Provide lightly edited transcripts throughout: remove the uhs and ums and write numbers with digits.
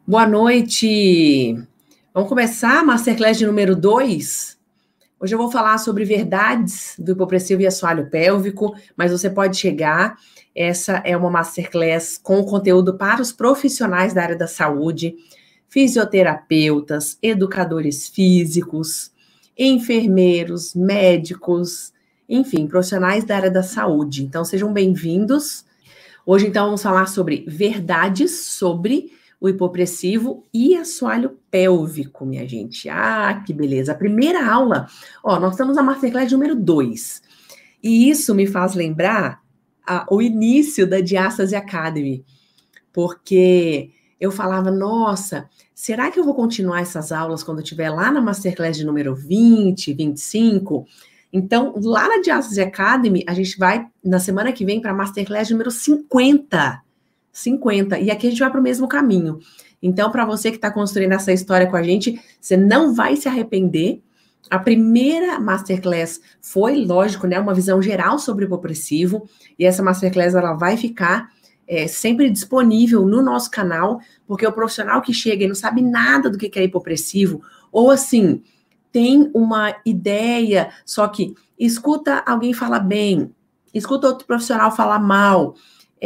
Boa noite! Vamos começar a Masterclass de número 2? Hoje eu vou falar sobre verdades do hipopressivo e assoalho pélvico, mas você pode chegar. Essa é uma Masterclass com conteúdo para os profissionais da área da saúde, fisioterapeutas, educadores físicos, enfermeiros, médicos, enfim, profissionais da área da saúde. Então, sejam bem-vindos. Hoje, então, vamos falar sobre verdades sobre o hipopressivo e assoalho pélvico, minha gente. Ah, que beleza. A primeira aula, nós estamos na Masterclass número 2. E isso me faz lembrar o início da Diastase Academy, porque eu falava, nossa, será que eu vou continuar essas aulas quando eu estiver lá na Masterclass de número 20, 25? Então, lá na Diastase Academy, a gente vai, na semana que vem, para a Masterclass número 50. 50. E aqui a gente vai para o mesmo caminho. Então, para você que está construindo essa história com a gente, você não vai se arrepender. A primeira Masterclass foi, lógico, né, uma visão geral sobre o hipopressivo. E essa Masterclass ela vai ficar sempre disponível no nosso canal, porque o profissional que chega e não sabe nada do que é hipopressivo, ou assim, tem uma ideia, só que escuta alguém falar bem, escuta outro profissional falar mal,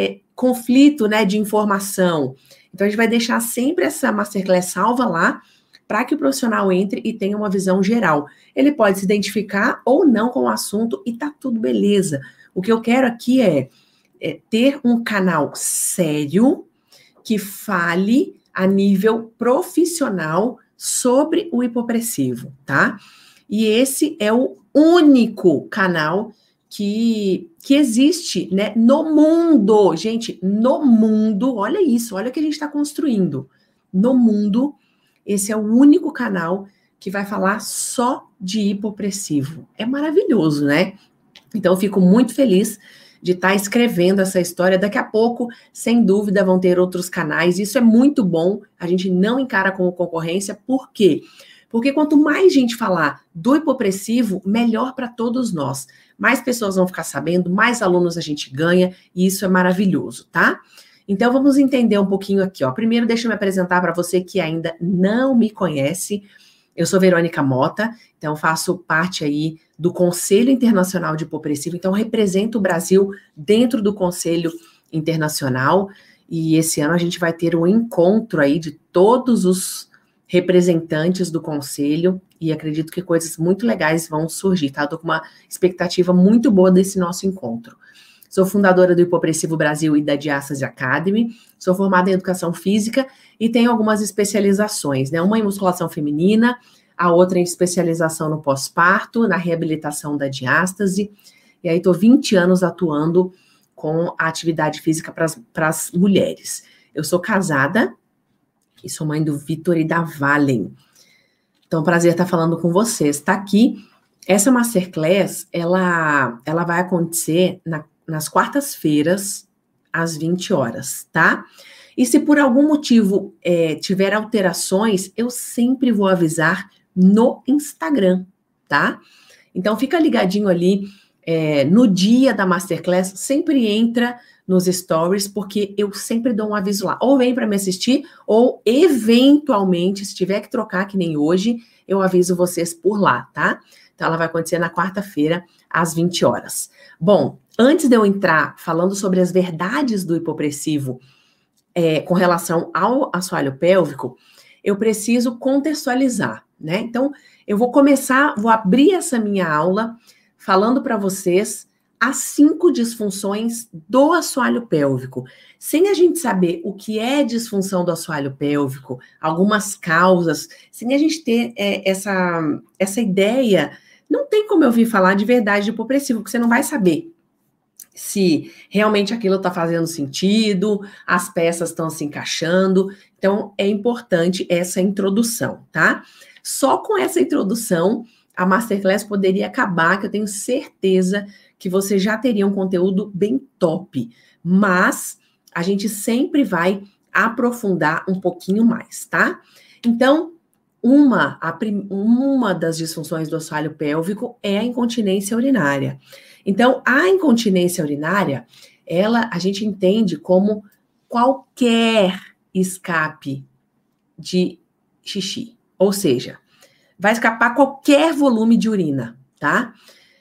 conflito, né, de informação. Então, a gente vai deixar sempre essa Masterclass salva lá, para que o profissional entre e tenha uma visão geral. Ele pode se identificar ou não com o assunto e tá tudo beleza. O que eu quero aqui é ter um canal sério que fale a nível profissional sobre o hipopressivo, tá? E esse é o único canal que existe, né, no mundo. Gente, no mundo, olha isso, olha o que a gente está construindo. No mundo, esse é o único canal que vai falar só de hipopressivo. É maravilhoso, né? Então, eu fico muito feliz de estar escrevendo essa história. Daqui a pouco, sem dúvida, vão ter outros canais. Isso é muito bom. A gente não encara como concorrência. Por quê? Porque quanto mais gente falar do hipopressivo, melhor para todos nós. Mais pessoas vão ficar sabendo, mais alunos a gente ganha, e isso é maravilhoso, tá? Então, vamos entender um pouquinho aqui, ó. Primeiro, deixa eu me apresentar para você que ainda não me conhece. Eu sou Verônica Mota, então faço parte aí do Conselho Internacional de Hipopressivo, então represento o Brasil dentro do Conselho Internacional, e esse ano a gente vai ter um encontro aí de todos os representantes do Conselho, e acredito que coisas muito legais vão surgir, tá? Eu tô com uma expectativa muito boa desse nosso encontro. Sou fundadora do Hipopressivo Brasil e da Diastase Academy, sou formada em Educação Física e tenho algumas especializações, né? Uma em musculação feminina, a outra em especialização no pós-parto, na reabilitação da diástase, e aí estou 20 anos atuando com a atividade física para as mulheres. Eu sou casada e sou mãe do Vitor e da Valen. Então, prazer estar falando com vocês. Tá aqui, essa Masterclass, ela vai acontecer nas quartas-feiras, às 20 horas, tá? E se por algum motivo tiver alterações, eu sempre vou avisar no Instagram, tá? Então, fica ligadinho ali no dia da Masterclass, sempre entra nos stories, porque eu sempre dou um aviso lá. Ou vem para me assistir, ou eventualmente, se tiver que trocar, que nem hoje, eu aviso vocês por lá, tá? Então, ela vai acontecer na quarta-feira, às 20 horas. Bom, antes de eu entrar falando sobre as verdades do hipopressivo com relação ao assoalho pélvico, eu preciso contextualizar, né? Então, eu vou abrir essa minha aula falando para vocês as 5 disfunções do assoalho pélvico. Sem a gente saber o que é disfunção do assoalho pélvico, algumas causas, sem a gente ter essa ideia, não tem como eu vir falar de verdade de hipopressivo, porque você não vai saber se realmente aquilo está fazendo sentido, as peças estão se encaixando. Então, é importante essa introdução, tá? Só com essa introdução, a Masterclass poderia acabar, que eu tenho certeza que você já teria um conteúdo bem top. Mas a gente sempre vai aprofundar um pouquinho mais, tá? Então, uma das disfunções do assoalho pélvico é a incontinência urinária. Então, a incontinência urinária, a gente entende como qualquer escape de xixi. Ou seja, vai escapar qualquer volume de urina, tá?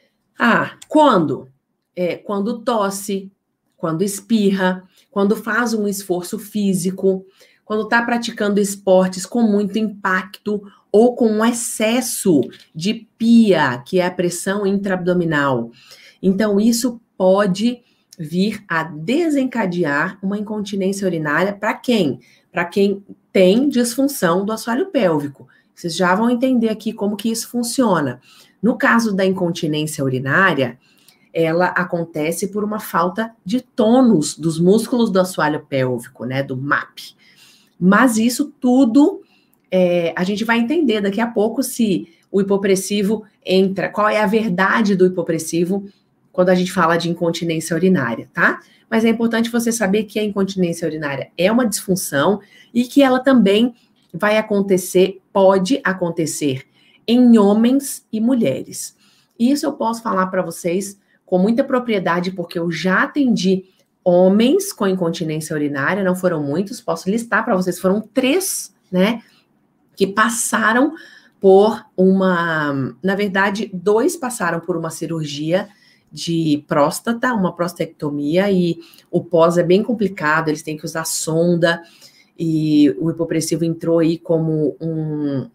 Quando? Quando tosse, quando espirra, quando faz um esforço físico, quando está praticando esportes com muito impacto ou com um excesso de PIA, que é a pressão intraabdominal. Então, isso pode vir a desencadear uma incontinência urinária para quem? Para quem tem disfunção do assoalho pélvico. Vocês já vão entender aqui como que isso funciona. No caso da incontinência urinária, ela acontece por uma falta de tônus dos músculos do assoalho pélvico, né, do MAP. Mas isso tudo a gente vai entender daqui a pouco se o hipopressivo entra, qual é a verdade do hipopressivo quando a gente fala de incontinência urinária, tá? Mas é importante você saber que a incontinência urinária é uma disfunção e que ela também vai acontecer, pode acontecer em homens e mulheres. Isso eu posso falar para vocês com muita propriedade, porque eu já atendi homens com incontinência urinária, não foram muitos, posso listar para vocês, foram 3, né, que passaram por na verdade, 2 passaram por uma cirurgia de próstata, uma prostatectomia, e o pós é bem complicado, eles têm que usar sonda, e o hipopressivo entrou aí como um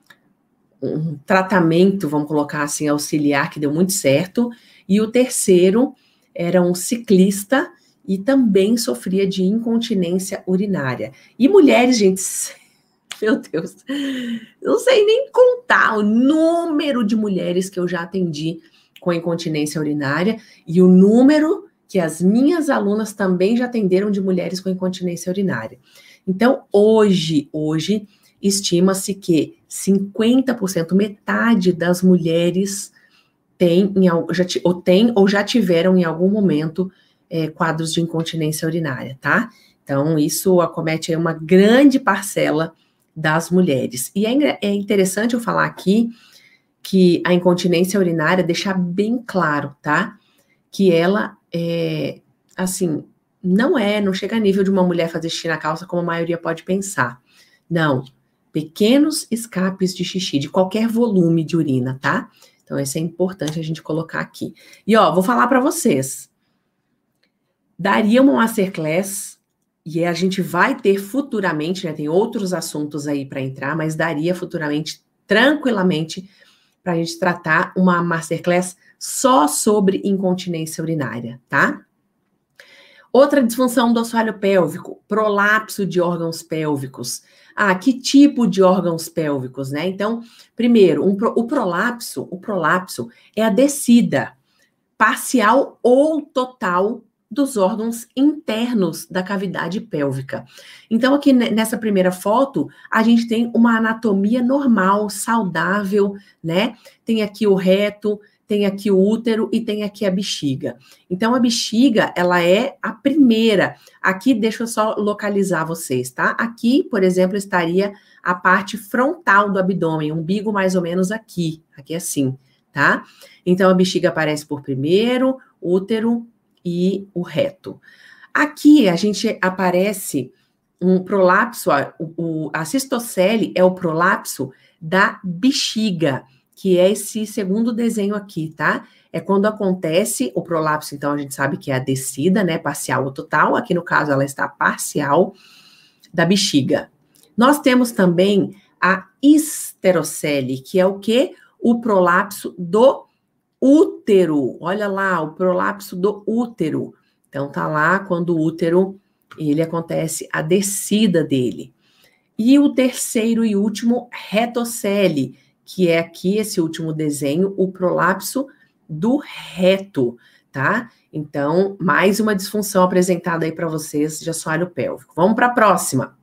tratamento, vamos colocar assim, auxiliar, que deu muito certo, e o terceiro era um ciclista e também sofria de incontinência urinária. E mulheres, gente, meu Deus, não sei nem contar o número de mulheres que eu já atendi com incontinência urinária e o número que as minhas alunas também já atenderam de mulheres com incontinência urinária. Então, hoje estima-se que 50%, metade das mulheres tem ou já tiveram em algum momento quadros de incontinência urinária, tá? Então, isso acomete aí uma grande parcela das mulheres. E é interessante eu falar aqui que a incontinência urinária, deixar bem claro, tá? Que ela assim, não chega a nível de uma mulher fazer xixi na calça, como a maioria pode pensar. Não, pequenos escapes de xixi, de qualquer volume de urina, tá? Então, isso é importante a gente colocar aqui. E, vou falar para vocês. Daria uma masterclass, e a gente vai ter futuramente, né? Tem outros assuntos aí para entrar, mas daria futuramente, tranquilamente, para a gente tratar uma masterclass só sobre incontinência urinária, tá? Outra disfunção do assoalho pélvico, prolapso de órgãos pélvicos. Que tipo de órgãos pélvicos, né? Então, primeiro, o prolapso é a descida parcial ou total dos órgãos internos da cavidade pélvica. Então, aqui nessa primeira foto, a gente tem uma anatomia normal, saudável, né? Tem aqui o reto, tem aqui o útero e tem aqui a bexiga. Então, a bexiga, ela é a primeira. Aqui, deixa eu só localizar vocês, tá? Aqui, por exemplo, estaria a parte frontal do abdômen, o umbigo mais ou menos aqui assim, tá? Então, a bexiga aparece por primeiro, útero e o reto. Aqui, a gente aparece um prolapso, a cistocele é o prolapso da bexiga, que é esse segundo desenho aqui, tá? É quando acontece o prolapso, então a gente sabe que é a descida, né, parcial ou total, aqui no caso ela está parcial da bexiga. Nós temos também a esterocele, que é o quê? O prolapso do útero. Olha lá, o prolapso do útero. Então tá lá quando o útero, ele acontece a descida dele. E o terceiro e último, retocele, que é aqui esse último desenho, o prolapso do reto, tá? Então, mais uma disfunção apresentada aí para vocês de assoalho pélvico. Vamos para a próxima.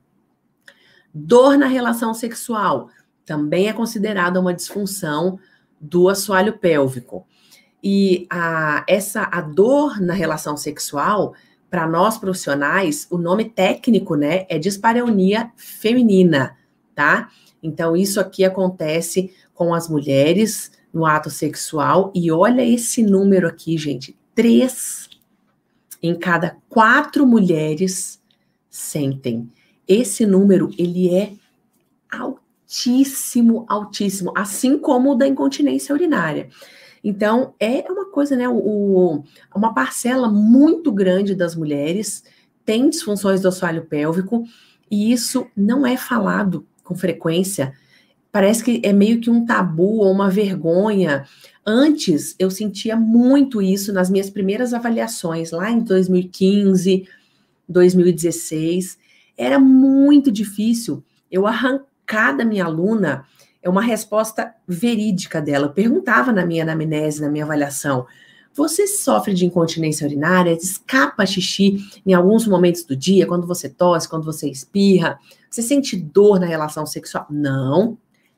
Dor na relação sexual, também é considerada uma disfunção do assoalho pélvico. E a dor na relação sexual, para nós profissionais, o nome técnico, né, é dispareunia feminina, tá? Então, isso aqui acontece com as mulheres no ato sexual, e olha esse número aqui, gente, 3 em cada 4 mulheres sentem. Esse número, ele é altíssimo, altíssimo, assim como o da incontinência urinária. Então, é uma coisa, né? Uma parcela muito grande das mulheres tem disfunções do assoalho pélvico, e isso não é falado com frequência. Parece que é meio que um tabu ou uma vergonha. Antes, eu sentia muito isso nas minhas primeiras avaliações, lá em 2015, 2016. Era muito difícil eu arrancar da minha aluna uma resposta verídica dela. Eu perguntava na minha anamnese, na minha avaliação: você sofre de incontinência urinária? Escapa xixi em alguns momentos do dia, quando você tosse, quando você espirra? Você sente dor na relação sexual? Não.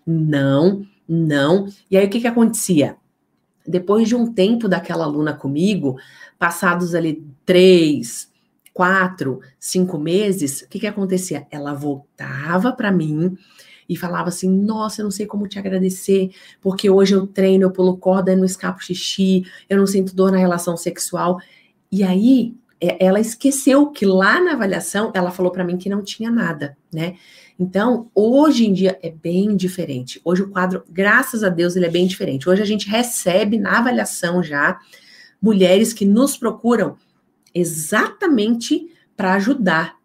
E aí, o que acontecia? Depois de um tempo daquela aluna comigo, passados ali 3, 4, 5 meses, o que acontecia? Ela voltava para mim e falava assim: nossa, eu não sei como te agradecer, porque hoje eu treino, eu pulo corda, eu não escapo xixi, eu não sinto dor na relação sexual. E aí, ela esqueceu que lá na avaliação, ela falou para mim que não tinha nada, né? Então, hoje em dia é bem diferente. Hoje o quadro, graças a Deus, ele é bem diferente. Hoje a gente recebe na avaliação já mulheres que nos procuram exatamente para ajudar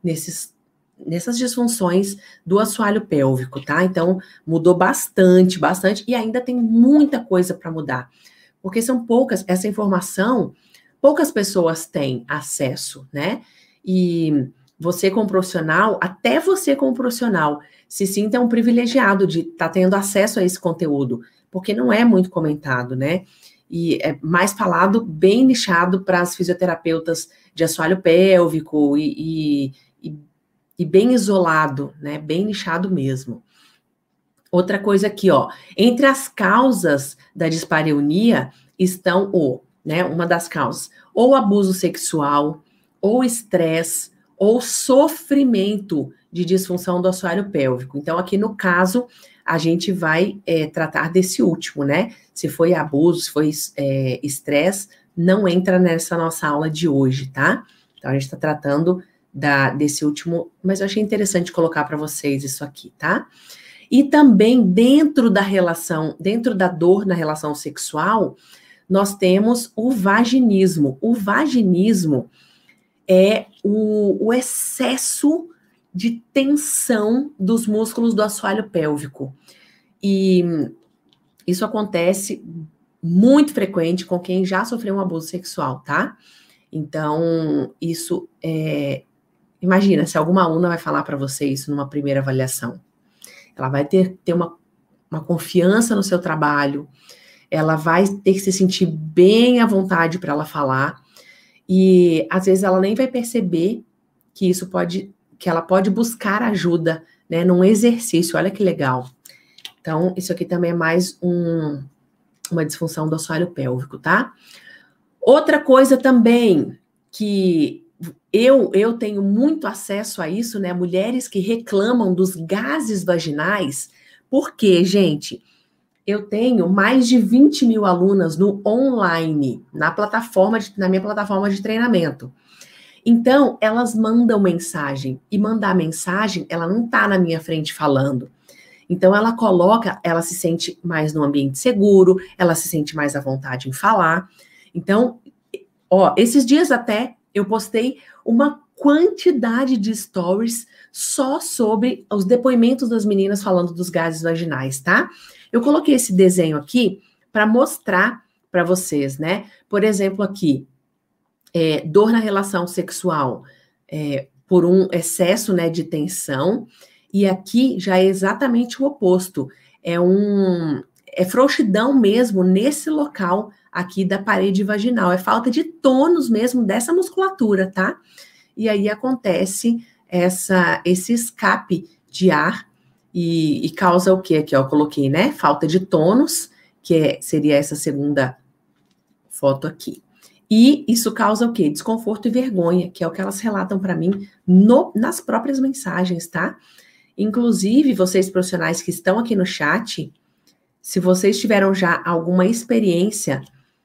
nessas disfunções do assoalho pélvico, tá? Então, mudou bastante, e ainda tem muita coisa para mudar. Porque são poucas, essa informação, poucas pessoas têm acesso, né? E você como profissional, até você como profissional, se sinta um privilegiado de estar tendo acesso a esse conteúdo, porque não é muito comentado, né? E é mais falado, bem nichado para as fisioterapeutas de assoalho pélvico e bem isolado, né? Bem nichado mesmo. Outra coisa aqui, ó, entre as causas da dispareunia estão uma das causas, ou abuso sexual, ou estresse, ou sofrimento de disfunção do assoalho pélvico. Então, aqui no caso, a gente vai tratar desse último, né? Se foi abuso, se foi estresse, não entra nessa nossa aula de hoje, tá? Então, a gente está tratando desse último, mas eu achei interessante colocar para vocês isso aqui, tá? E também dentro da dor na relação sexual, nós temos o vaginismo. O vaginismo é o excesso de tensão dos músculos do assoalho pélvico. E isso acontece muito frequente com quem já sofreu um abuso sexual, tá? Então, isso imagina, se alguma aluna vai falar para você isso numa primeira avaliação. Ela vai ter uma confiança no seu trabalho, ela vai ter que se sentir bem à vontade para ela falar, e às vezes ela nem vai perceber que ela pode buscar ajuda, né, num exercício. Olha que legal. Então, isso aqui também é mais uma disfunção do assoalho pélvico, tá? Outra coisa também que eu tenho muito acesso a isso, né? Mulheres que reclamam dos gases vaginais. Por quê, gente? Eu tenho mais de 20 mil alunas no online, na minha plataforma de treinamento. Então, elas mandam mensagem. E mandar mensagem, ela não tá na minha frente falando. Então, ela se sente mais no ambiente seguro, ela se sente mais à vontade em falar. Então, esses dias até eu postei uma quantidade de stories só sobre os depoimentos das meninas falando dos gases vaginais, tá? Eu coloquei esse desenho aqui para mostrar para vocês, né? Por exemplo, aqui, dor na relação sexual por um excesso, né, de tensão, e aqui já é exatamente o oposto. É frouxidão mesmo nesse local aqui da parede vaginal. É falta de tônus mesmo dessa musculatura, tá? E aí acontece esse escape de ar e causa o quê? Aqui, ó, eu coloquei, né? Falta de tônus, seria essa segunda foto aqui. E isso causa o quê? Desconforto e vergonha, que é o que elas relatam para mim nas próprias mensagens, tá? Inclusive, vocês profissionais que estão aqui no chat, se vocês tiveram já alguma experiência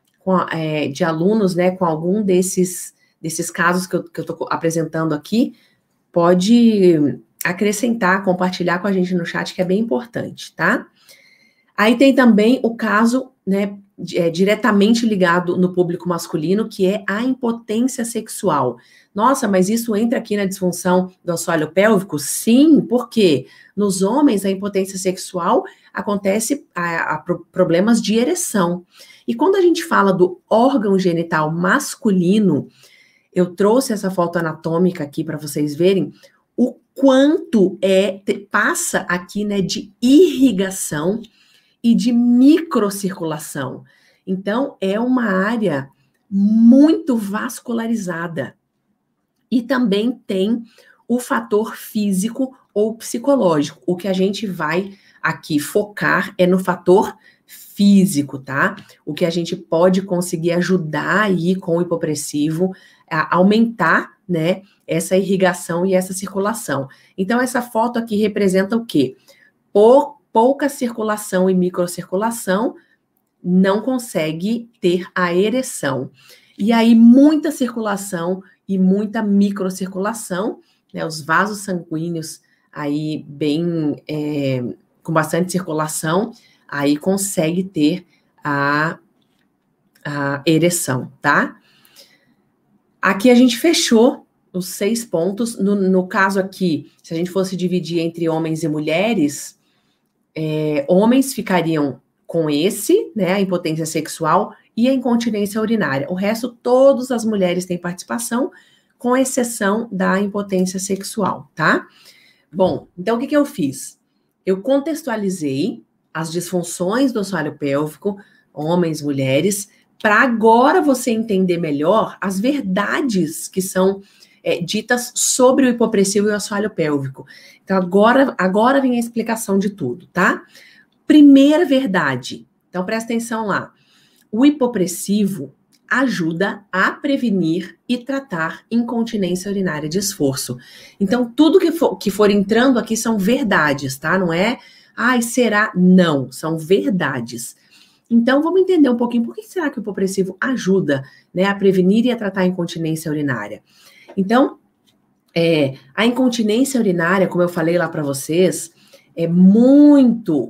de alunos, né, com algum desses casos que eu estou apresentando aqui, pode acrescentar, compartilhar com a gente no chat, que é bem importante, tá? Aí tem também o caso, né, diretamente ligado no público masculino, que é a impotência sexual. Nossa, mas isso entra aqui na disfunção do assoalho pélvico? Sim, porque nos homens a impotência sexual acontece a problemas de ereção. E quando a gente fala do órgão genital masculino, eu trouxe essa foto anatômica aqui para vocês verem o quanto passa aqui, né, de irrigação e de microcirculação. Então, é uma área muito vascularizada. E também tem o fator físico ou psicológico. O que a gente vai aqui focar é no fator físico, tá? O que a gente pode conseguir ajudar aí com o hipopressivo a aumentar, né, essa irrigação e essa circulação. Então, essa foto aqui representa o quê? Pouca circulação e microcirculação, não consegue ter a ereção. E aí, muita circulação e muita microcirculação, né, os vasos sanguíneos aí bem, com bastante circulação, aí consegue ter a ereção, tá? Aqui a gente fechou os 6 pontos. No caso aqui, se a gente fosse dividir entre homens e mulheres, homens ficariam com esse, né, a impotência sexual e a incontinência urinária. O resto, todas as mulheres têm participação, com exceção da impotência sexual, tá? Bom, então o que eu fiz? Eu contextualizei as disfunções do assoalho pélvico, homens, mulheres, para agora você entender melhor as verdades que são ditas sobre o hipopressivo e o assoalho pélvico. Então, agora vem a explicação de tudo, tá? Primeira verdade. Então, presta atenção lá. O hipopressivo ajuda a prevenir e tratar incontinência urinária de esforço. Então, tudo que for entrando aqui são verdades, tá? Não é, será? Não, são verdades. Então, vamos entender um pouquinho por que será que o hipopressivo ajuda, né, a prevenir e a tratar a incontinência urinária. Então, a incontinência urinária, como eu falei lá para vocês, é muito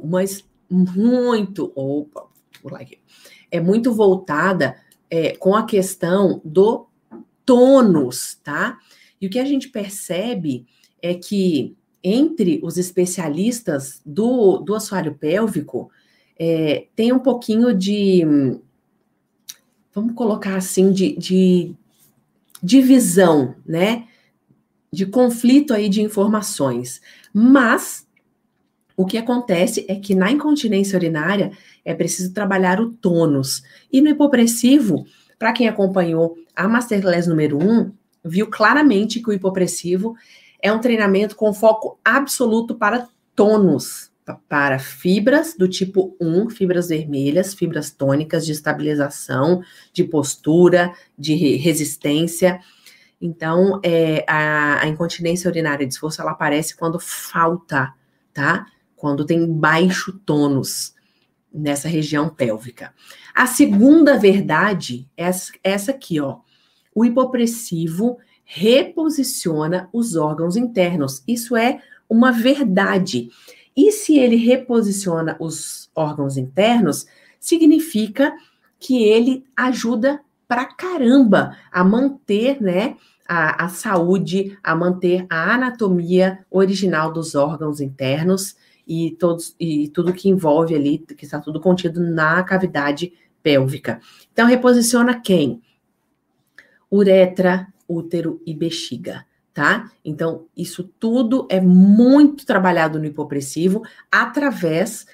voltada com a questão do tônus, tá? E o que a gente percebe é que entre os especialistas do assoalho pélvico, tem um pouquinho de, vamos colocar assim, de divisão, né? De conflito aí de informações. Mas o que acontece é que na incontinência urinária é preciso trabalhar o tônus. E no hipopressivo, para quem acompanhou a Masterclass número 1, viu claramente que o hipopressivo é um treinamento com foco absoluto para tônus, para fibras do tipo 1, fibras vermelhas, fibras tônicas de estabilização, de postura, de resistência. Então, a incontinência urinária de esforço, ela aparece quando falta, tá? Quando tem baixo tônus nessa região pélvica. A segunda verdade é essa aqui, ó. O hipopressivo reposiciona os órgãos internos. Isso é uma verdade. E se ele reposiciona os órgãos internos, significa que ele ajuda pra caramba a manter, né, a saúde, a manter a anatomia original dos órgãos internos e tudo que envolve ali, que está tudo contido na cavidade pélvica. Então, reposiciona quem? Uretra, útero e bexiga, tá? Então, isso tudo é muito trabalhado no hipopressivo através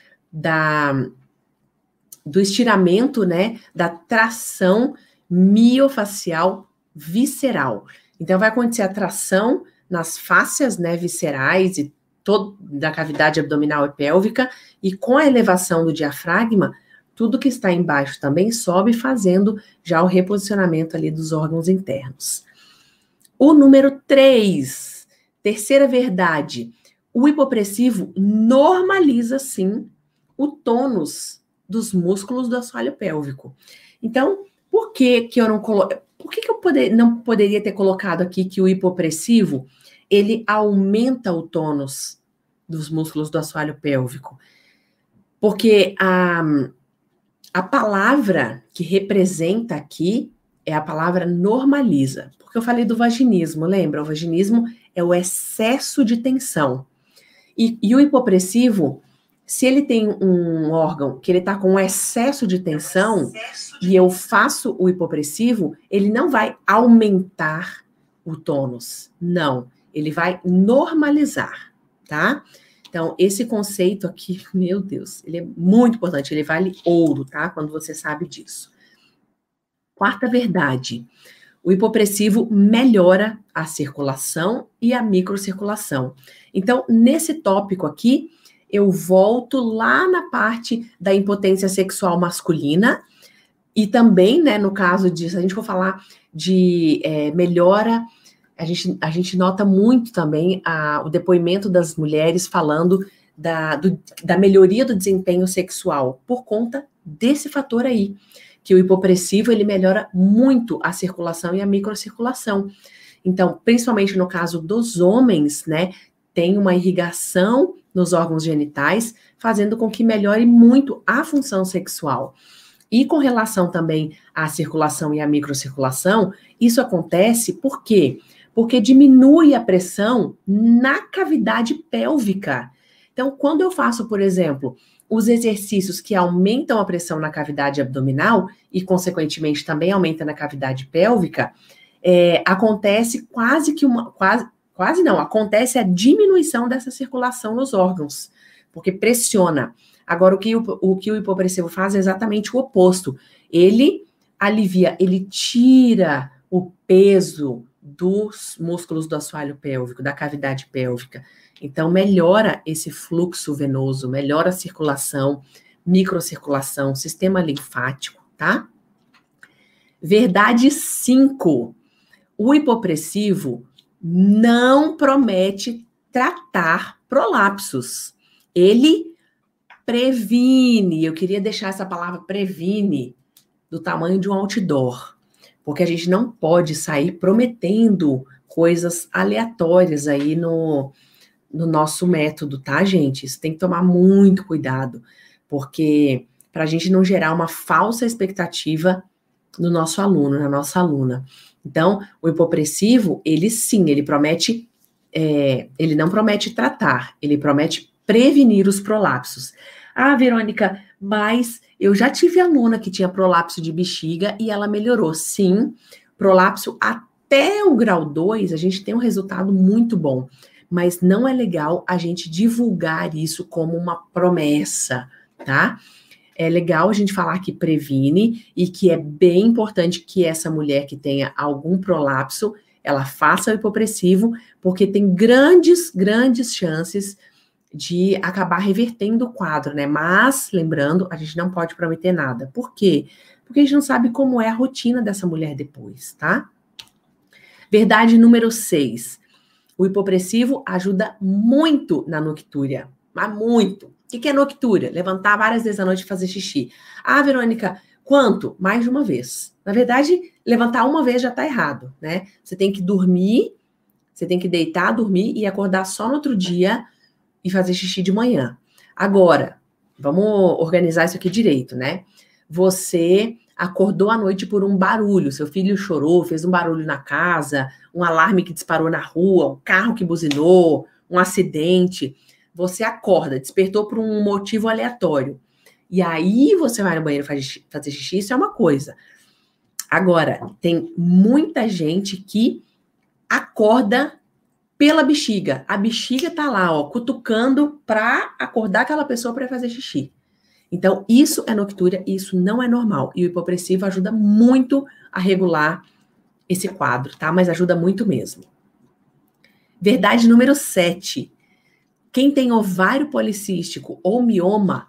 do estiramento, né, da tração miofacial visceral. Então, vai acontecer a tração nas fáscias, né, viscerais e da cavidade abdominal e pélvica, e com a elevação do diafragma, tudo que está embaixo também sobe, fazendo já o reposicionamento ali dos órgãos internos. O número 3, terceira verdade, o hipopressivo normaliza, sim, o tônus dos músculos do assoalho pélvico. Então, por que eu não coloquei? Por que eu não poderia ter colocado aqui que o hipopressivo ele aumenta o tônus dos músculos do assoalho pélvico. Porque a palavra que representa aqui é a palavra normaliza. Porque eu falei do vaginismo, lembra? O vaginismo é o excesso de tensão. E o hipopressivo, se ele tem um órgão que ele está com um excesso de tensão, e eu faço o hipopressivo, ele não vai aumentar o tônus. Não, ele vai normalizar, tá? Então, esse conceito aqui, meu Deus, ele é muito importante, ele vale ouro, tá? Quando você sabe disso. Quarta verdade, o hipopressivo melhora a circulação e a microcirculação. Então, nesse tópico aqui, eu volto lá na parte da impotência sexual masculina e também, né, no caso de, se a gente for falar de melhora, a gente nota muito também o depoimento das mulheres falando da melhoria do desempenho sexual por conta desse fator aí, que o hipopressivo, ele melhora muito a circulação e a microcirculação. Então, principalmente no caso dos homens, né, tem uma irrigação nos órgãos genitais, fazendo com que melhore muito a função sexual. E com relação também à circulação e à microcirculação, isso acontece por quê? Porque diminui a pressão na cavidade pélvica. Então, quando eu faço, por exemplo, os exercícios que aumentam a pressão na cavidade abdominal e, consequentemente, também aumenta na cavidade pélvica, acontece acontece a diminuição dessa circulação nos órgãos, porque pressiona. Agora, o que o hipopressivo faz é exatamente o oposto. Ele alivia, ele tira o peso dos músculos do assoalho pélvico, da cavidade pélvica. Então, melhora esse fluxo venoso, melhora a circulação, microcirculação, sistema linfático, tá? Verdade 5. O hipopressivo não promete tratar prolapsos. Ele previne. Eu queria deixar essa palavra previne do tamanho de um outdoor, porque a gente não pode sair prometendo coisas aleatórias aí no nosso método, tá, gente? Isso tem que tomar muito cuidado, porque para a gente não gerar uma falsa expectativa no nosso aluno, na nossa aluna. Então, o hipopressivo, ele sim, ele promete, ele não promete tratar, ele promete prevenir os prolapsos. Ah, Verônica, mas eu já tive aluna que tinha prolapso de bexiga e ela melhorou. Sim, prolapso até o grau 2, a gente tem um resultado muito bom, mas não é legal a gente divulgar isso como uma promessa, tá? É legal a gente falar que previne e que é bem importante que essa mulher que tenha algum prolapso, ela faça o hipopressivo, porque tem grandes chances de acabar revertendo o quadro, né? Mas, lembrando, a gente não pode prometer nada. Por quê? Porque a gente não sabe como é a rotina dessa mulher depois, tá? Verdade número 6. O hipopressivo ajuda muito na noctúria, mas muito. O que é noctúria? Levantar várias vezes à noite e fazer xixi. Ah, Verônica, quanto? Mais de uma vez. Na verdade, levantar uma vez já tá errado, né? Você tem que dormir, você tem que deitar, dormir e acordar só no outro dia e fazer xixi de manhã. Agora, vamos organizar isso aqui direito, né? Você acordou à noite por um barulho, seu filho chorou, fez um barulho na casa, um alarme que disparou na rua, um carro que buzinou, um acidente. Você acorda, despertou por um motivo aleatório. E aí você vai no banheiro fazer xixi, isso é uma coisa. Agora, tem muita gente que acorda pela bexiga. A bexiga tá lá, ó, cutucando para acordar aquela pessoa para fazer xixi. Então, isso é noctúria, isso não é normal. E o hipopressivo ajuda muito a regular esse quadro, tá? Mas ajuda muito mesmo. Verdade número 7. Quem tem ovário policístico ou mioma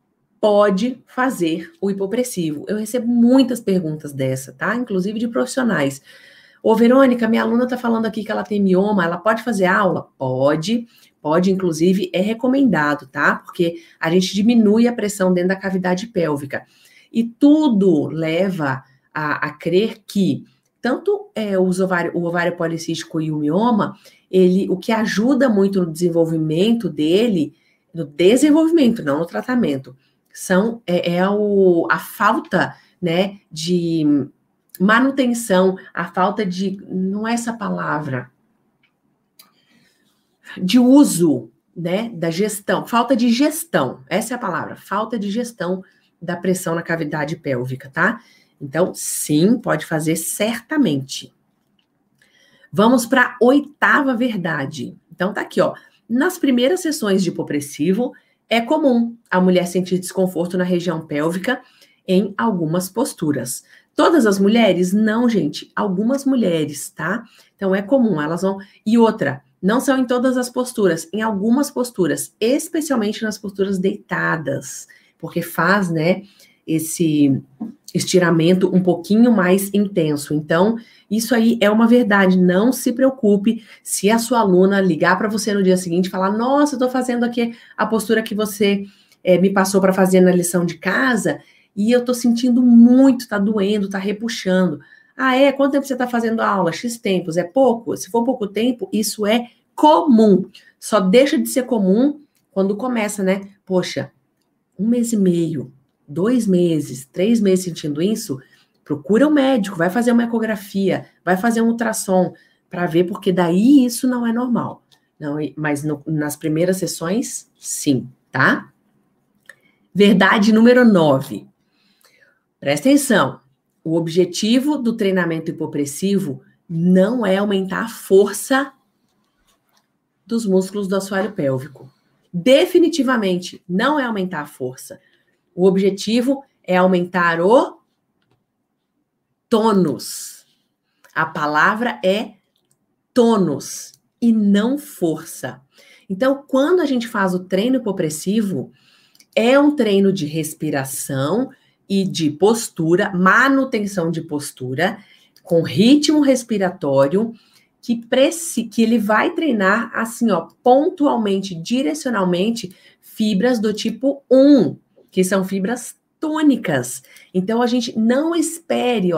pode fazer o hipopressivo. Eu recebo muitas perguntas dessa, tá? Inclusive de profissionais. Ô, Verônica, minha aluna tá falando aqui que ela tem mioma, ela pode fazer aula? Pode, inclusive é recomendado, tá? Porque a gente diminui a pressão dentro da cavidade pélvica. E tudo leva a crer que tanto o ovário policístico e o mioma, o que ajuda muito no desenvolvimento dele, no desenvolvimento, não no tratamento, a falta, né, de manutenção, a falta de, não é essa palavra, de uso, né, da gestão, falta de gestão, essa é a palavra, falta de gestão da pressão na cavidade pélvica, tá? Então, sim, pode fazer certamente. Vamos para a 8ª verdade. Então, tá aqui, ó. Nas primeiras sessões de hipopressivo, é comum a mulher sentir desconforto na região pélvica em algumas posturas. Todas as mulheres? Não, gente. Algumas mulheres, tá? Então, é comum, elas vão... E outra, não são em todas as posturas, em algumas posturas, especialmente nas posturas deitadas, porque faz, né, esse estiramento um pouquinho mais intenso. Então, isso aí é uma verdade. Não se preocupe se a sua aluna ligar para você no dia seguinte e falar: nossa, eu tô fazendo aqui a postura que você me passou para fazer na lição de casa e eu tô sentindo muito, tá doendo, tá repuxando. Ah, é? Quanto tempo você tá fazendo a aula? X tempos. É pouco? Se for pouco tempo, isso é comum. Só deixa de ser comum quando começa, né? Poxa, 1 mês e meio, 2 meses, 3 meses sentindo isso, procura um médico, vai fazer uma ecografia, vai fazer um ultrassom para ver, porque daí isso não é normal. Não, mas nas primeiras sessões, sim, tá? Verdade número 9. Presta atenção. O objetivo do treinamento hipopressivo não é aumentar a força dos músculos do assoalho pélvico. Definitivamente não é aumentar a força. O objetivo é aumentar o tônus. A palavra é tônus e não força. Então, quando a gente faz o treino hipopressivo, é um treino de respiração e de postura, manutenção de postura, com ritmo respiratório, que ele vai treinar assim, ó, pontualmente, direcionalmente, fibras do tipo 1, que são fibras tônicas. Então, a gente não espere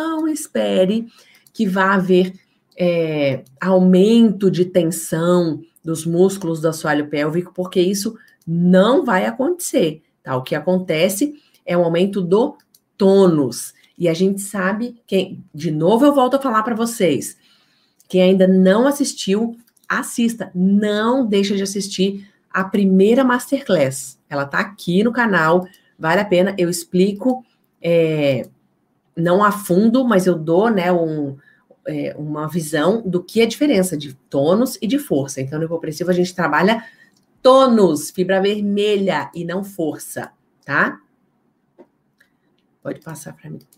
que vá haver aumento de tensão dos músculos do assoalho pélvico, porque isso não vai acontecer, tá? O que acontece é o aumento do tônus. E a gente sabe que, de novo eu volto a falar para vocês, quem ainda não assistiu, assista. Não deixa de assistir a primeira Masterclass. Ela tá aqui no canal, vale a pena. Eu explico, não a fundo, mas eu dou, né, uma visão do que é a diferença de tônus e de força. Então, no hipopressivo, a gente trabalha tônus, fibra vermelha, e não força, tá? Pode passar para mim.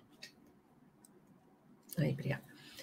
Aí, obrigada.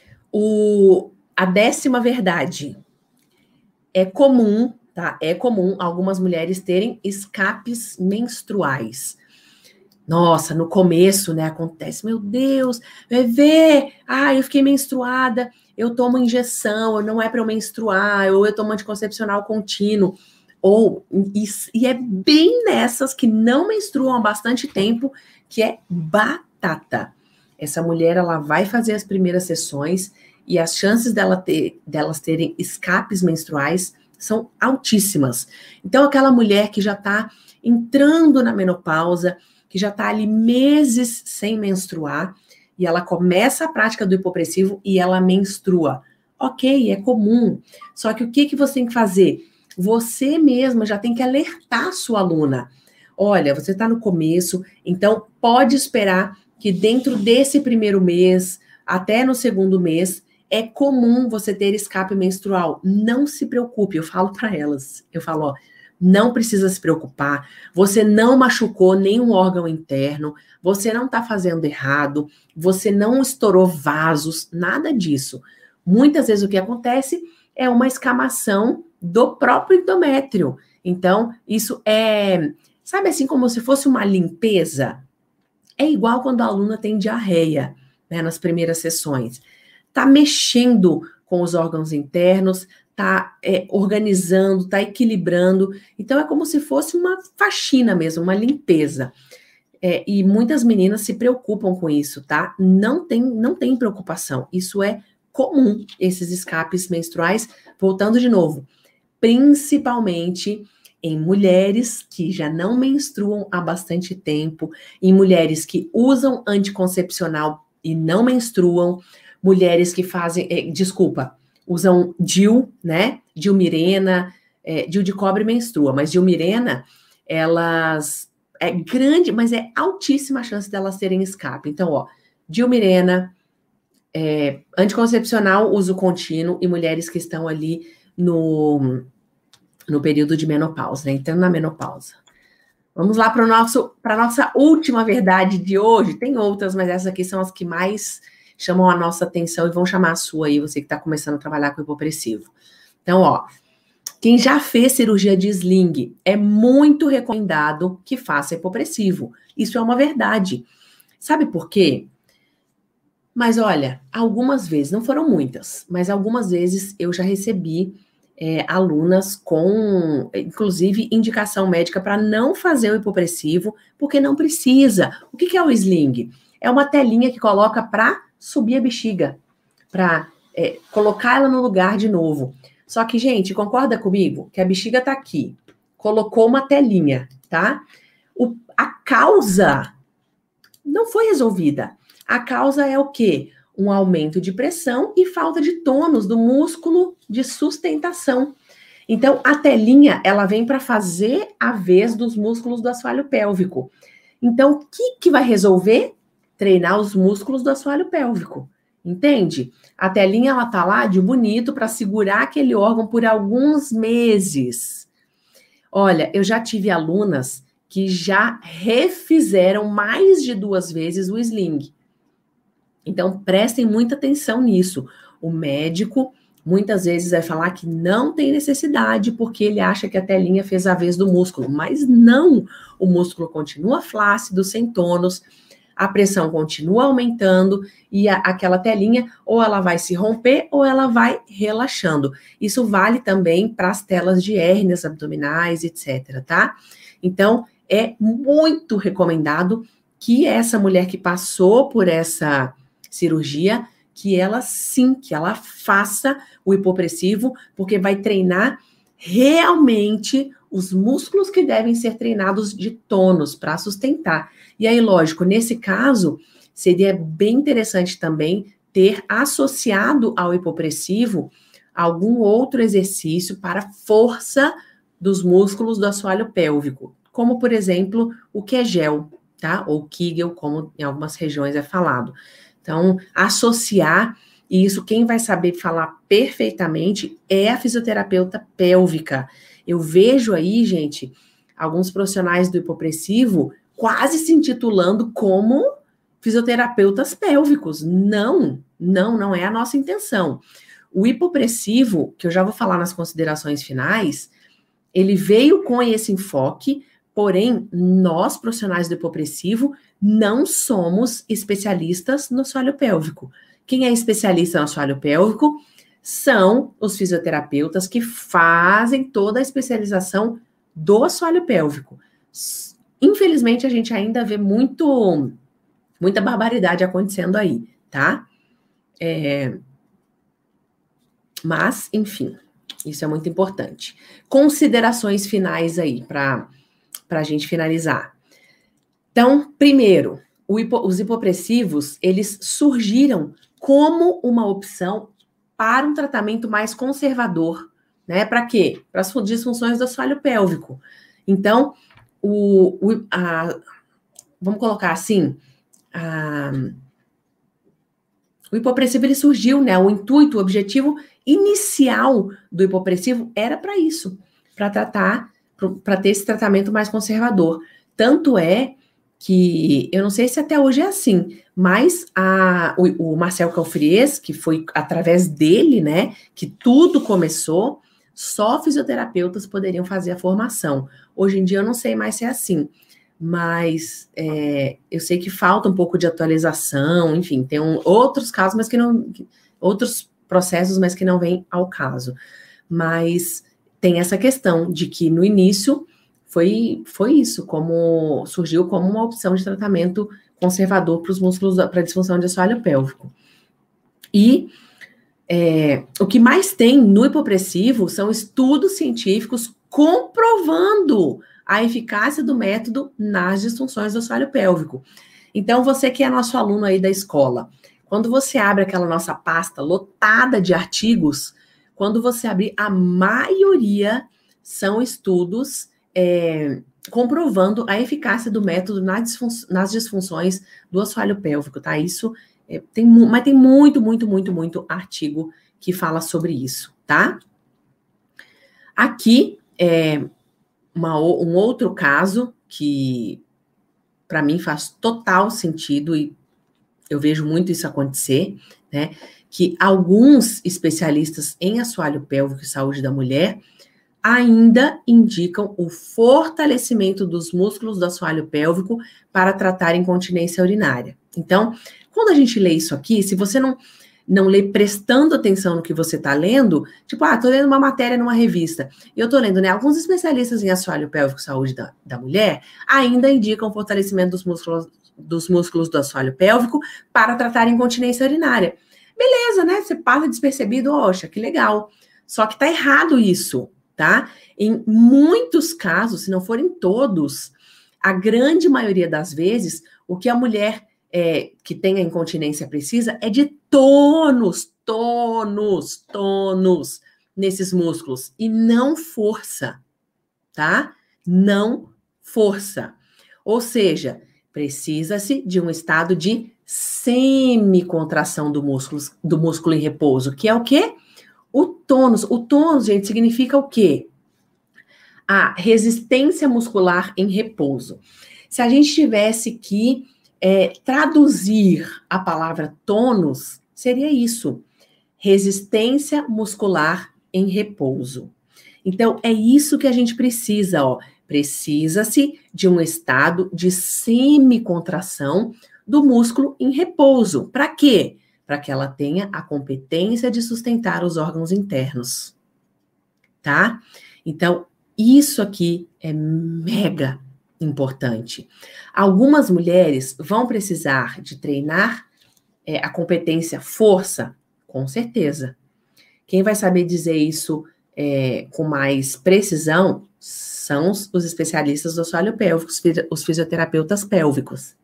A 10ª verdade. É comum, tá? É comum algumas mulheres terem escapes menstruais. Nossa, no começo, né, acontece, meu Deus, bebê, eu fiquei menstruada, eu tomo injeção, não é para eu menstruar, ou eu tomo anticoncepcional contínuo, e é bem nessas que não menstruam há bastante tempo, que é batata. Essa mulher, ela vai fazer as primeiras sessões e as chances delas terem escapes menstruais são altíssimas. Então, aquela mulher que já está entrando na menopausa, que já está ali meses sem menstruar, e ela começa a prática do hipopressivo e ela menstrua. Ok, é comum. Só que o que você tem que fazer? Você mesma já tem que alertar a sua aluna. Olha, você está no começo, então pode esperar que dentro desse primeiro mês, até no segundo mês, é comum você ter escape menstrual. Não se preocupe, eu falo para elas. Eu falo, ó, não precisa se preocupar, você não machucou nenhum órgão interno, você não está fazendo errado, você não estourou vasos, nada disso. Muitas vezes o que acontece é uma escamação do próprio endométrio. Então, isso sabe assim, como se fosse uma limpeza? É igual quando a aluna tem diarreia, né, nas primeiras sessões. Tá mexendo com os órgãos internos, tá organizando, tá equilibrando. Então, é como se fosse uma faxina mesmo, uma limpeza. E muitas meninas se preocupam com isso, tá? Não tem preocupação. Isso é comum esses escapes menstruais, voltando de novo, principalmente em mulheres que já não menstruam há bastante tempo, em mulheres que usam anticoncepcional e não menstruam, mulheres que fazem, usam DIU, né? DIU Mirena, DIU de cobre menstrua, mas DIU Mirena, elas é grande, mas é altíssima a chance delas terem escape. Então, ó, DIU Mirena, anticoncepcional, uso contínuo, e mulheres que estão ali no período de menopausa, né? Entrando na menopausa. Vamos lá para a nossa última verdade de hoje. Tem outras, mas essas aqui são as que mais chamam a nossa atenção e vão chamar a sua aí, você que está começando a trabalhar com hipopressivo. Então, ó, quem já fez cirurgia de sling, é muito recomendado que faça hipopressivo. Isso é uma verdade. Sabe por quê? Mas olha, algumas vezes, não foram muitas, mas algumas vezes eu já recebi alunas com, inclusive, indicação médica para não fazer o hipopressivo, porque não precisa. O que é o sling? É uma telinha que coloca para subir a bexiga, para colocar ela no lugar de novo. Só que, gente, concorda comigo que a bexiga tá aqui, colocou uma telinha, tá? A causa não foi resolvida. A causa é o quê? Um aumento de pressão e falta de tônus do músculo de sustentação. Então, a telinha, ela vem para fazer a vez dos músculos do assoalho pélvico. Então, o que vai resolver? Treinar os músculos do assoalho pélvico. Entende? A telinha, ela tá lá de bonito para segurar aquele órgão por alguns meses. Olha, eu já tive alunas que já refizeram mais de 2 vezes o sling. Então, prestem muita atenção nisso. O médico, muitas vezes, vai falar que não tem necessidade, porque ele acha que a telinha fez a vez do músculo. Mas não! O músculo continua flácido, sem tônus, a pressão continua aumentando e aquela telinha, ou ela vai se romper, ou ela vai relaxando. Isso vale também para as telas de hérnias abdominais, etc., tá? Então, é muito recomendado que essa mulher que passou por essa cirurgia, que ela faça o hipopressivo, porque vai treinar realmente os músculos que devem ser treinados de tônus para sustentar. E aí, lógico, nesse caso, seria bem interessante também ter associado ao hipopressivo algum outro exercício para força dos músculos do assoalho pélvico, como, por exemplo, o Kegel, tá? Ou Kegel, como em algumas regiões é falado. Então, associar, e isso quem vai saber falar perfeitamente é a fisioterapeuta pélvica. Eu vejo aí, gente, alguns profissionais do hipopressivo quase se intitulando como fisioterapeutas pélvicos. Não é a nossa intenção. O hipopressivo, que eu já vou falar nas considerações finais, ele veio com esse enfoque, porém, nós, profissionais do hipopressivo, não somos especialistas no assoalho pélvico. Quem é especialista no assoalho pélvico são os fisioterapeutas que fazem toda a especialização do assoalho pélvico. Infelizmente, a gente ainda vê muita barbaridade acontecendo aí, tá? Mas, enfim, isso é muito importante. Considerações finais aí, para a gente finalizar. Então, primeiro, os hipopressivos, eles surgiram como uma opção para um tratamento mais conservador, né? Para quê? Para as disfunções do assoalho pélvico. Então, vamos colocar assim, o hipopressivo, ele surgiu, né? O intuito, o objetivo inicial do hipopressivo era para isso, para ter esse tratamento mais conservador. Tanto é que, eu não sei se até hoje é assim, mas o Marcel Calfries, que foi através dele, né, que tudo começou, só fisioterapeutas poderiam fazer a formação. Hoje em dia eu não sei mais se é assim, mas eu sei que falta um pouco de atualização, enfim, tem outros casos, mas que não, outros processos, mas que não vêm ao caso. Mas tem essa questão de que no início foi isso, surgiu como uma opção de tratamento conservador para os músculos, para a disfunção de assoalho pélvico. E o que mais tem no hipopressivo são estudos científicos comprovando a eficácia do método nas disfunções do assoalho pélvico. Então, você que é nosso aluno aí da escola, quando você abre aquela nossa pasta lotada de artigos, quando você abrir, a maioria são estudos comprovando a eficácia do método nas disfunções do assoalho pélvico, tá? Isso mas tem muito artigo que fala sobre isso, tá? Aqui um outro caso que para mim faz total sentido e eu vejo muito isso acontecer, né? Que alguns especialistas em assoalho pélvico e saúde da mulher ainda indicam o fortalecimento dos músculos do assoalho pélvico para tratar incontinência urinária. Então, quando a gente lê isso aqui, se você não lê prestando atenção no que você está lendo, tipo, tô lendo uma matéria numa revista, e eu tô lendo, né, alguns especialistas em assoalho pélvico e saúde da mulher ainda indicam o fortalecimento dos músculos do assoalho pélvico para tratar incontinência urinária. Beleza, né? Você passa despercebido, oxa, que legal. Só que tá errado isso, tá? Em muitos casos, se não forem todos, a grande maioria das vezes, o que a mulher que tem a incontinência precisa é de tônus nesses músculos e não força, tá? Não força. Ou seja, precisa-se de um estado de semicontração do músculo em repouso, que é o quê? O tônus. O tônus, gente, significa o quê? A resistência muscular em repouso. Se a gente tivesse que traduzir a palavra tônus, seria isso. Resistência muscular em repouso. Então, é isso que a gente precisa, ó. Precisa-se de um estado de semicontração do músculo em repouso. Para quê? Para que ela tenha a competência de sustentar os órgãos internos. Tá? Então, isso aqui é mega importante. Algumas mulheres vão precisar de treinar a competência força, com certeza. Quem vai saber dizer isso com mais precisão são os especialistas do assoalho pélvico, os fisioterapeutas pélvicos.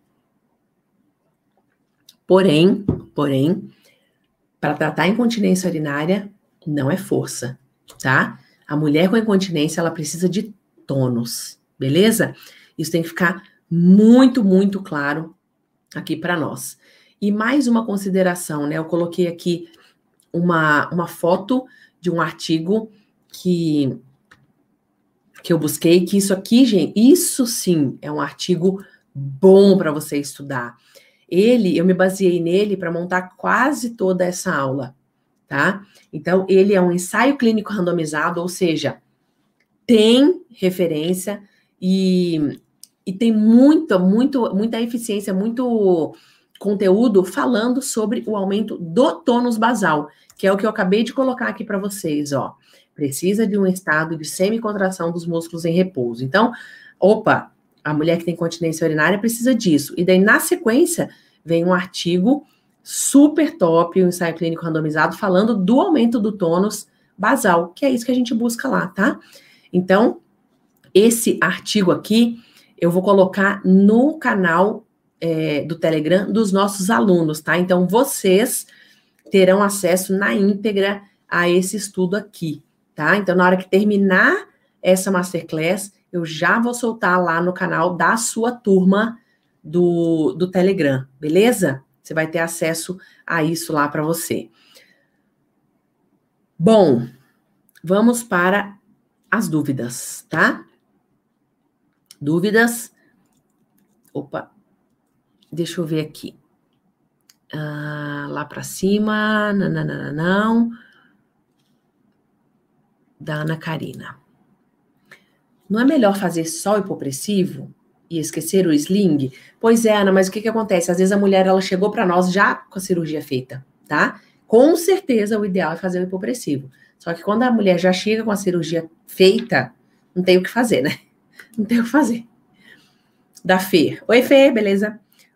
Porém, para tratar a incontinência urinária, não é força, tá? A mulher com incontinência, ela precisa de tônus, beleza? Isso tem que ficar muito claro aqui para nós. E mais uma consideração, né? Eu coloquei aqui uma foto de um artigo que eu busquei, que isso aqui, gente, isso sim é um artigo bom para você estudar. Eu me baseei nele para montar quase toda essa aula, tá? Então, ele é um ensaio clínico randomizado, ou seja, tem referência e tem muita eficiência, muito conteúdo falando sobre o aumento do tônus basal, que é o que eu acabei de colocar aqui para vocês, ó. Precisa de um estado de semicontração dos músculos em repouso. Então, a mulher que tem incontinência urinária precisa disso. E daí, na sequência, vem um artigo super top, um ensaio clínico randomizado, falando do aumento do tônus basal, que é isso que a gente busca lá, tá? Então, esse artigo aqui, eu vou colocar no canal do Telegram dos nossos alunos, tá? Então, vocês terão acesso na íntegra a esse estudo aqui, tá? Então, na hora que terminar essa Masterclass, eu já vou soltar lá no canal da sua turma do Telegram, beleza? Você vai ter acesso a isso lá para você. Bom, vamos para as dúvidas, tá? Dúvidas? Deixa eu ver aqui. Lá para cima, não. Da Ana Karina. Não é melhor fazer só o hipopressivo e esquecer o sling? Pois é, Ana, mas o que acontece? Às vezes a mulher, ela chegou para nós já com a cirurgia feita, tá? Com certeza o ideal é fazer o hipopressivo. Só que quando a mulher já chega com a cirurgia feita, não tem o que fazer, né? Não tem o que fazer. Da Fê. Oi, Fê, beleza?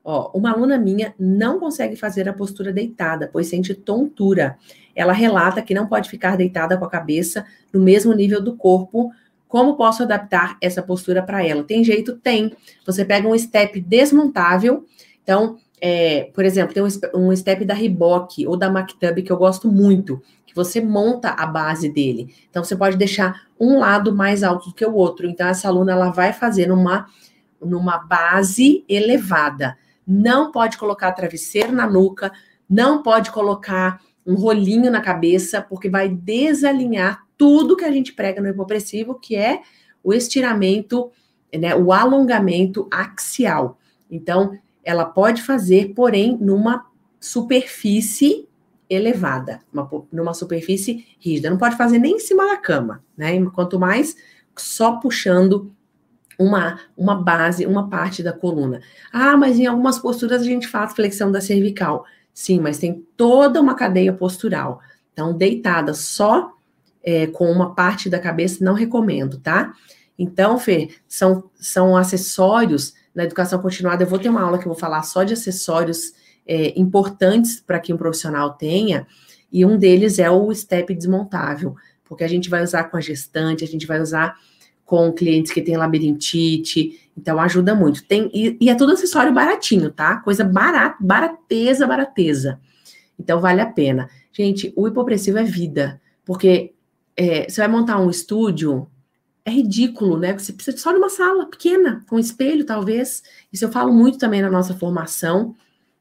Ó, uma aluna minha não consegue fazer a postura deitada, pois sente tontura. Ela relata que não pode ficar deitada com a cabeça no mesmo nível do corpo. Como posso adaptar essa postura para ela? Tem jeito? Tem. Você pega um step desmontável. Então, por exemplo, tem um step da Reebok ou da Mactub que eu gosto muito, que você monta a base dele. Então, você pode deixar um lado mais alto do que o outro. Então, essa aluna ela vai fazer numa base elevada. Não pode colocar travesseiro na nuca, não pode colocar um rolinho na cabeça, porque vai desalinhar tudo que a gente prega no hipopressivo, que é o estiramento, né, o alongamento axial. Então, ela pode fazer, porém, numa superfície elevada, numa superfície rígida. Não pode fazer nem em cima da cama, né? Quanto mais só puxando uma base, uma parte da coluna. Ah, mas em algumas posturas a gente faz flexão da cervical. Sim, mas tem toda uma cadeia postural. Então, deitada só com uma parte da cabeça, não recomendo, tá? Então, Fê, são acessórios na educação continuada. Eu vou ter uma aula que eu vou falar só de acessórios importantes para que um profissional tenha, e um deles é o step desmontável, porque a gente vai usar com a gestante, a gente vai usar com clientes que têm labirintite, então ajuda muito. E é tudo acessório baratinho, tá? Coisa barata, barateza. Então vale a pena. Gente, o hipopressivo é vida, porque você vai montar um estúdio, é ridículo, né? Você precisa só de uma sala pequena, com espelho, talvez. Isso eu falo muito também na nossa formação,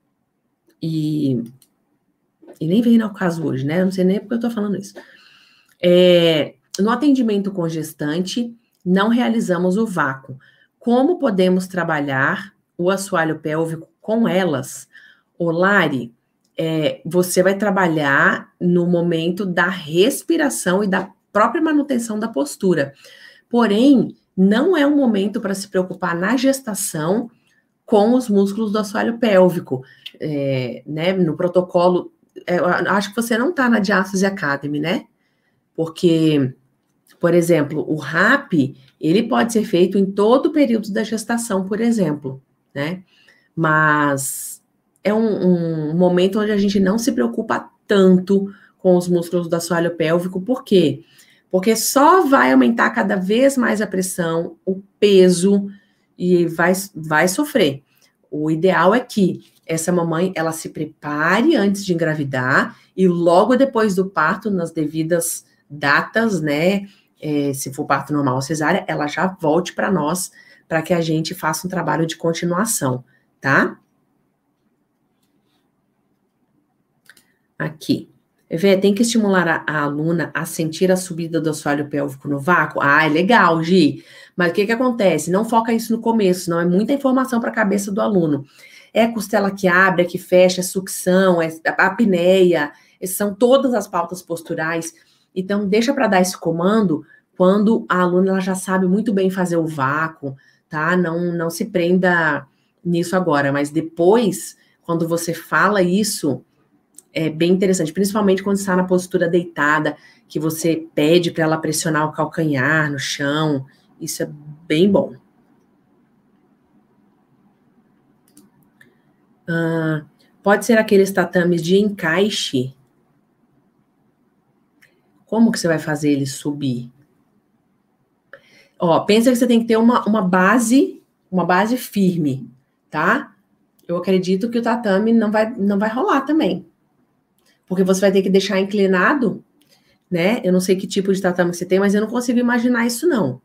e nem vem ao caso hoje, né? Eu não sei nem porque eu tô falando isso. No atendimento com gestante, não realizamos o vácuo. Como podemos trabalhar o assoalho pélvico com elas? Ô, Lari, você vai trabalhar no momento da respiração e da própria manutenção da postura. Porém, não é um momento para se preocupar na gestação com os músculos do assoalho pélvico. Né, no protocolo, acho que você não está na Diastase Academy, né? Porque, por exemplo, o RAP, ele pode ser feito em todo o período da gestação, por exemplo, né? Mas é um momento onde a gente não se preocupa tanto com os músculos do assoalho pélvico. Por quê? Porque só vai aumentar cada vez mais a pressão, o peso, e vai sofrer. O ideal é que essa mamãe, ela se prepare antes de engravidar e logo depois do parto, nas devidas datas, né? Se for parto normal ou cesárea, ela já volte para nós, para que a gente faça um trabalho de continuação, tá? Aqui. Vê, tem que estimular a aluna a sentir a subida do assoalho pélvico no vácuo? Ah, é legal, Gi. Mas o que acontece? Não foca isso no começo, não é muita informação para a cabeça do aluno. É costela que abre, é que fecha, é sucção, é apneia, são todas as pautas posturais. Então, deixa para dar esse comando quando a aluna ela já sabe muito bem fazer o vácuo, tá? Não se prenda nisso agora, mas depois, quando você fala isso, é bem interessante, principalmente quando está na postura deitada, que você pede para ela pressionar o calcanhar no chão. Isso é bem bom. Pode ser aqueles tatames de encaixe. Como que você vai fazer ele subir? Ó, pensa que você tem que ter uma base firme, tá? Eu acredito que o tatame não vai rolar também. Porque você vai ter que deixar inclinado, né? Eu não sei que tipo de tatame você tem, mas eu não consigo imaginar isso, não.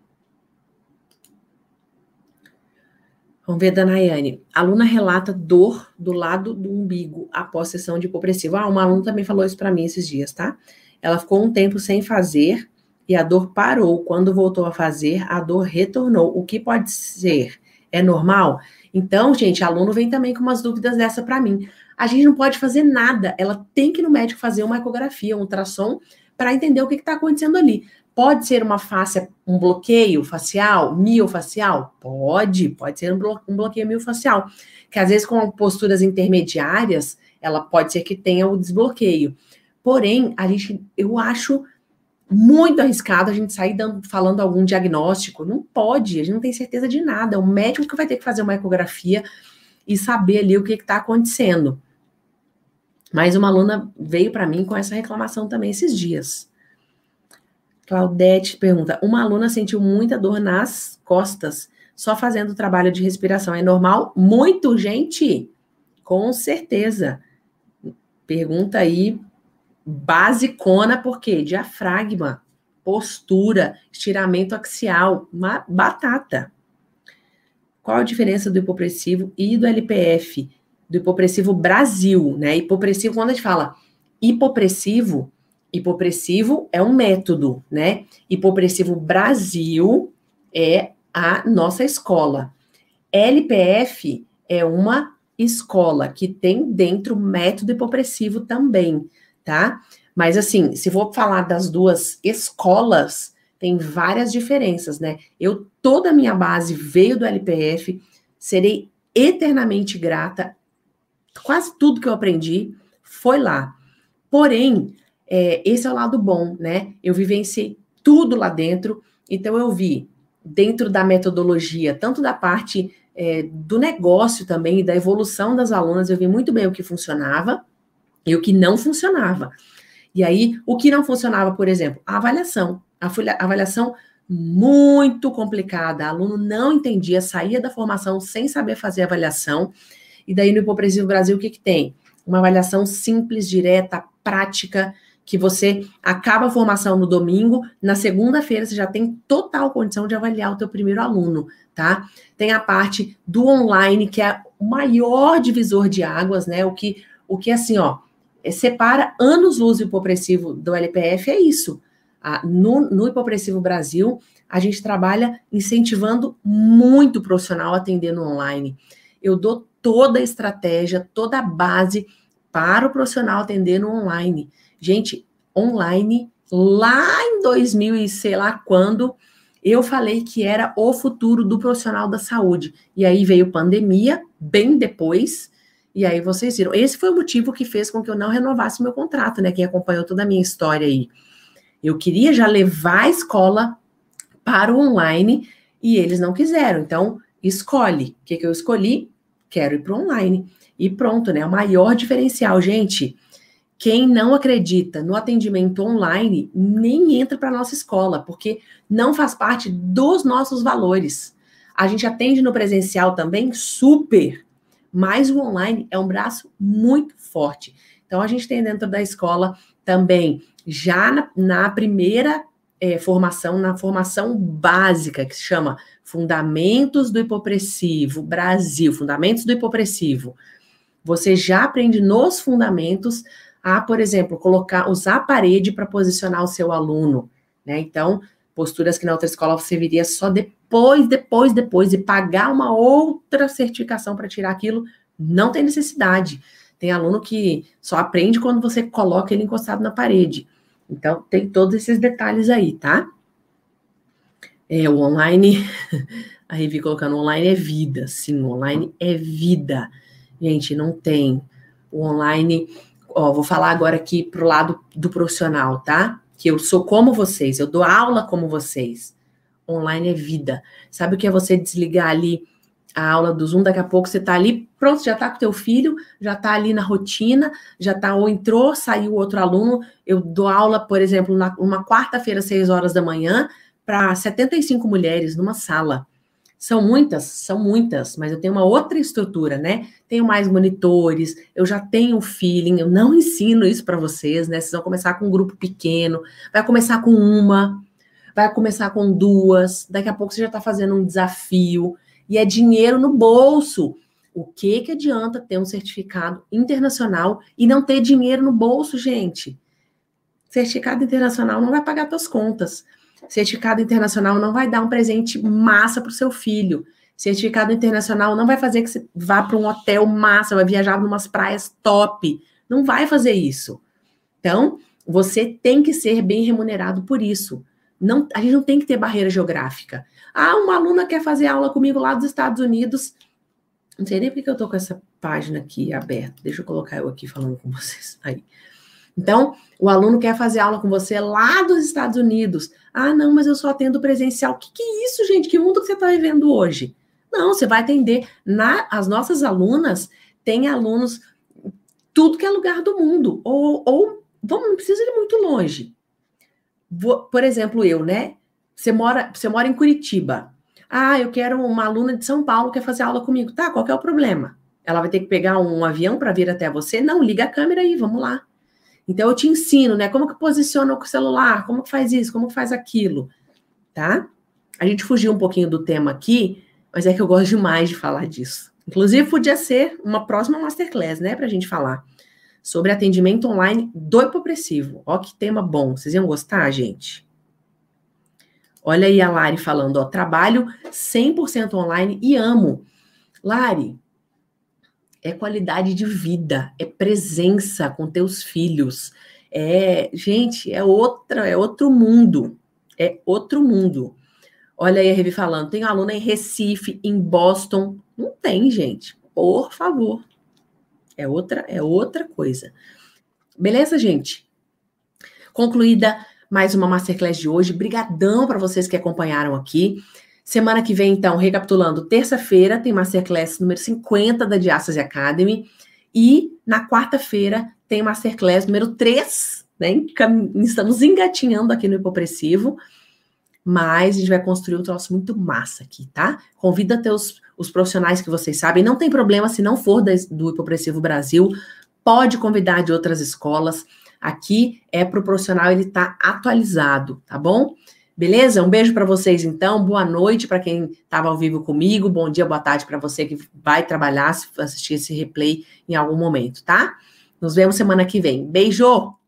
Vamos ver da Nayane. A aluna relata dor do lado do umbigo após sessão de hipopressivo. Uma aluna também falou isso para mim esses dias, tá? Ela ficou um tempo sem fazer e a dor parou. Quando voltou a fazer, a dor retornou. O que pode ser? É normal? Então, gente, aluno vem também com umas dúvidas dessa para mim. A gente não pode fazer nada. Ela tem que ir no médico fazer uma ecografia, um ultrassom, para entender o que está acontecendo ali. Pode ser uma face, um bloqueio facial, miofacial? Pode ser um bloqueio miofacial. Que às vezes com posturas intermediárias, ela pode ser que tenha o desbloqueio. Porém, eu acho muito arriscado a gente sair falando algum diagnóstico. Não pode, a gente não tem certeza de nada. É o médico que vai ter que fazer uma ecografia e saber ali o que está acontecendo. Mas uma aluna veio para mim com essa reclamação também esses dias. Claudete pergunta, uma aluna sentiu muita dor nas costas, só fazendo o trabalho de respiração. É normal? Muito, gente! Com certeza. Pergunta aí, basicona, por quê? Diafragma, postura, estiramento axial, uma batata. Qual a diferença do hipopressivo e do LPF? Do hipopressivo Brasil, né? Hipopressivo, quando a gente fala hipopressivo é um método, né? Hipopressivo Brasil é a nossa escola. LPF é uma escola que tem dentro método hipopressivo também, tá? Mas assim, se for falar das duas escolas, tem várias diferenças, né? Toda a minha base veio do LPF, serei eternamente grata. Quase tudo que eu aprendi foi lá. Porém, esse é o lado bom, né? Eu vivenciei tudo lá dentro, então eu vi dentro da metodologia, tanto da parte do negócio também, e da evolução das alunas, eu vi muito bem o que funcionava e o que não funcionava. E aí, o que não funcionava, por exemplo, a avaliação. A avaliação muito complicada, aluno não entendia, saía da formação sem saber fazer avaliação. E daí, no Hipopressivo Brasil, o que tem? Uma avaliação simples, direta, prática, que você acaba a formação no domingo, na segunda-feira você já tem total condição de avaliar o teu primeiro aluno, tá? Tem a parte do online, que é o maior divisor de águas, né? O que assim, ó, separa anos-luz o hipopressivo do LPF, é isso. No Hipopressivo Brasil, a gente trabalha incentivando muito o profissional atendendo online. Eu dou toda a estratégia, toda a base para o profissional atender no online. Gente, online, lá em 2000 e sei lá quando, eu falei que era o futuro do profissional da saúde. E aí veio pandemia, bem depois, e aí vocês viram. Esse foi o motivo que fez com que eu não renovasse meu contrato, né? Quem acompanhou toda a minha história aí. Eu queria já levar a escola para o online e eles não quiseram. Então, escolhe. O que eu escolhi? Quero ir para o online. E pronto, né? O maior diferencial, gente. Quem não acredita no atendimento online, nem entra para a nossa escola, porque não faz parte dos nossos valores. A gente atende no presencial também, super, mas o online é um braço muito forte. Então, a gente tem dentro da escola também, já na primeira formação, na formação básica, que se chama Fundamentos do Hipopressivo Brasil, Fundamentos do Hipopressivo. Você já aprende nos fundamentos a, por exemplo, usar a parede para posicionar o seu aluno, né? Então, posturas que na outra escola você viria só depois, e pagar uma outra certificação para tirar aquilo, não tem necessidade. Tem aluno que só aprende quando você coloca ele encostado na parede. Então, tem todos esses detalhes aí, tá? O online, a Revi colocando, online é vida. Sim, o online é vida. Gente, não tem. O online, vou falar agora aqui pro lado do profissional, tá? Que eu sou como vocês, eu dou aula como vocês. Online é vida. Sabe o que é você desligar ali a aula do Zoom, daqui a pouco você tá ali, pronto, já tá com teu filho, já tá ali na rotina, já tá, ou entrou, saiu outro aluno. Eu dou aula, por exemplo, numa quarta-feira, 6 horas da manhã, para 75 mulheres numa sala. São muitas, mas eu tenho uma outra estrutura, né? Tenho mais monitores, eu já tenho feeling, eu não ensino isso para vocês, né? Vocês vão começar com um grupo pequeno, vai começar com uma, vai começar com 2, daqui a pouco você já está fazendo um desafio, e é dinheiro no bolso. O que adianta ter um certificado internacional e não ter dinheiro no bolso, gente? Certificado internacional não vai pagar suas contas. Certificado internacional não vai dar um presente massa para o seu filho. Certificado internacional não vai fazer que você vá para um hotel massa, vai viajar para umas praias top. Não vai fazer isso. Então, você tem que ser bem remunerado por isso. Não, a gente não tem que ter barreira geográfica. Uma aluna quer fazer aula comigo lá dos Estados Unidos. Não sei nem porque eu tô com essa página aqui aberta. Deixa eu colocar eu aqui falando com vocês. Aí. Então, o aluno quer fazer aula com você lá dos Estados Unidos. Não, mas eu só atendo presencial. Que é isso, gente? Que mundo que você está vivendo hoje? Não, você vai atender. As nossas alunas têm alunos tudo que é lugar do mundo. Não precisa ir muito longe. Por exemplo, eu, né? Você mora em Curitiba. Ah, eu quero uma aluna de São Paulo que quer fazer aula comigo. Tá, qual que é o problema? Ela vai ter que pegar um avião para vir até você? Não, liga a câmera aí, vamos lá. Então, eu te ensino, né? Como que posiciona o celular, como que faz isso, como que faz aquilo, tá? A gente fugiu um pouquinho do tema aqui, mas é que eu gosto demais de falar disso. Inclusive, podia ser uma próxima masterclass, né? Pra gente falar sobre atendimento online do hipopressivo. Ó, que tema bom. Vocês iam gostar, gente? Olha aí a Lari falando, ó, trabalho 100% online e amo. Lari, é qualidade de vida, é presença com teus filhos. Gente, é outro mundo. É outro mundo. Olha aí a Revi falando, tem aluna em Recife, em Boston. Não tem, gente. Por favor. É outra coisa. Beleza, gente? Concluída mais uma Masterclass de hoje. Brigadão para vocês que acompanharam aqui. Semana que vem, então, recapitulando, terça-feira tem Masterclass número 50 da Diastase Academy. E na quarta-feira tem Masterclass número 3, né? Estamos engatinhando aqui no hipopressivo. Mas a gente vai construir um troço muito massa aqui, tá? Convida até os profissionais que vocês sabem. Não tem problema se não for do Hipopressivo Brasil. Pode convidar de outras escolas. Aqui é para o profissional ele estar atualizado, tá bom? Beleza? Um beijo para vocês, então. Boa noite para quem estava ao vivo comigo. Bom dia, boa tarde para você que vai trabalhar, se assistir esse replay em algum momento, tá? Nos vemos semana que vem. Beijo!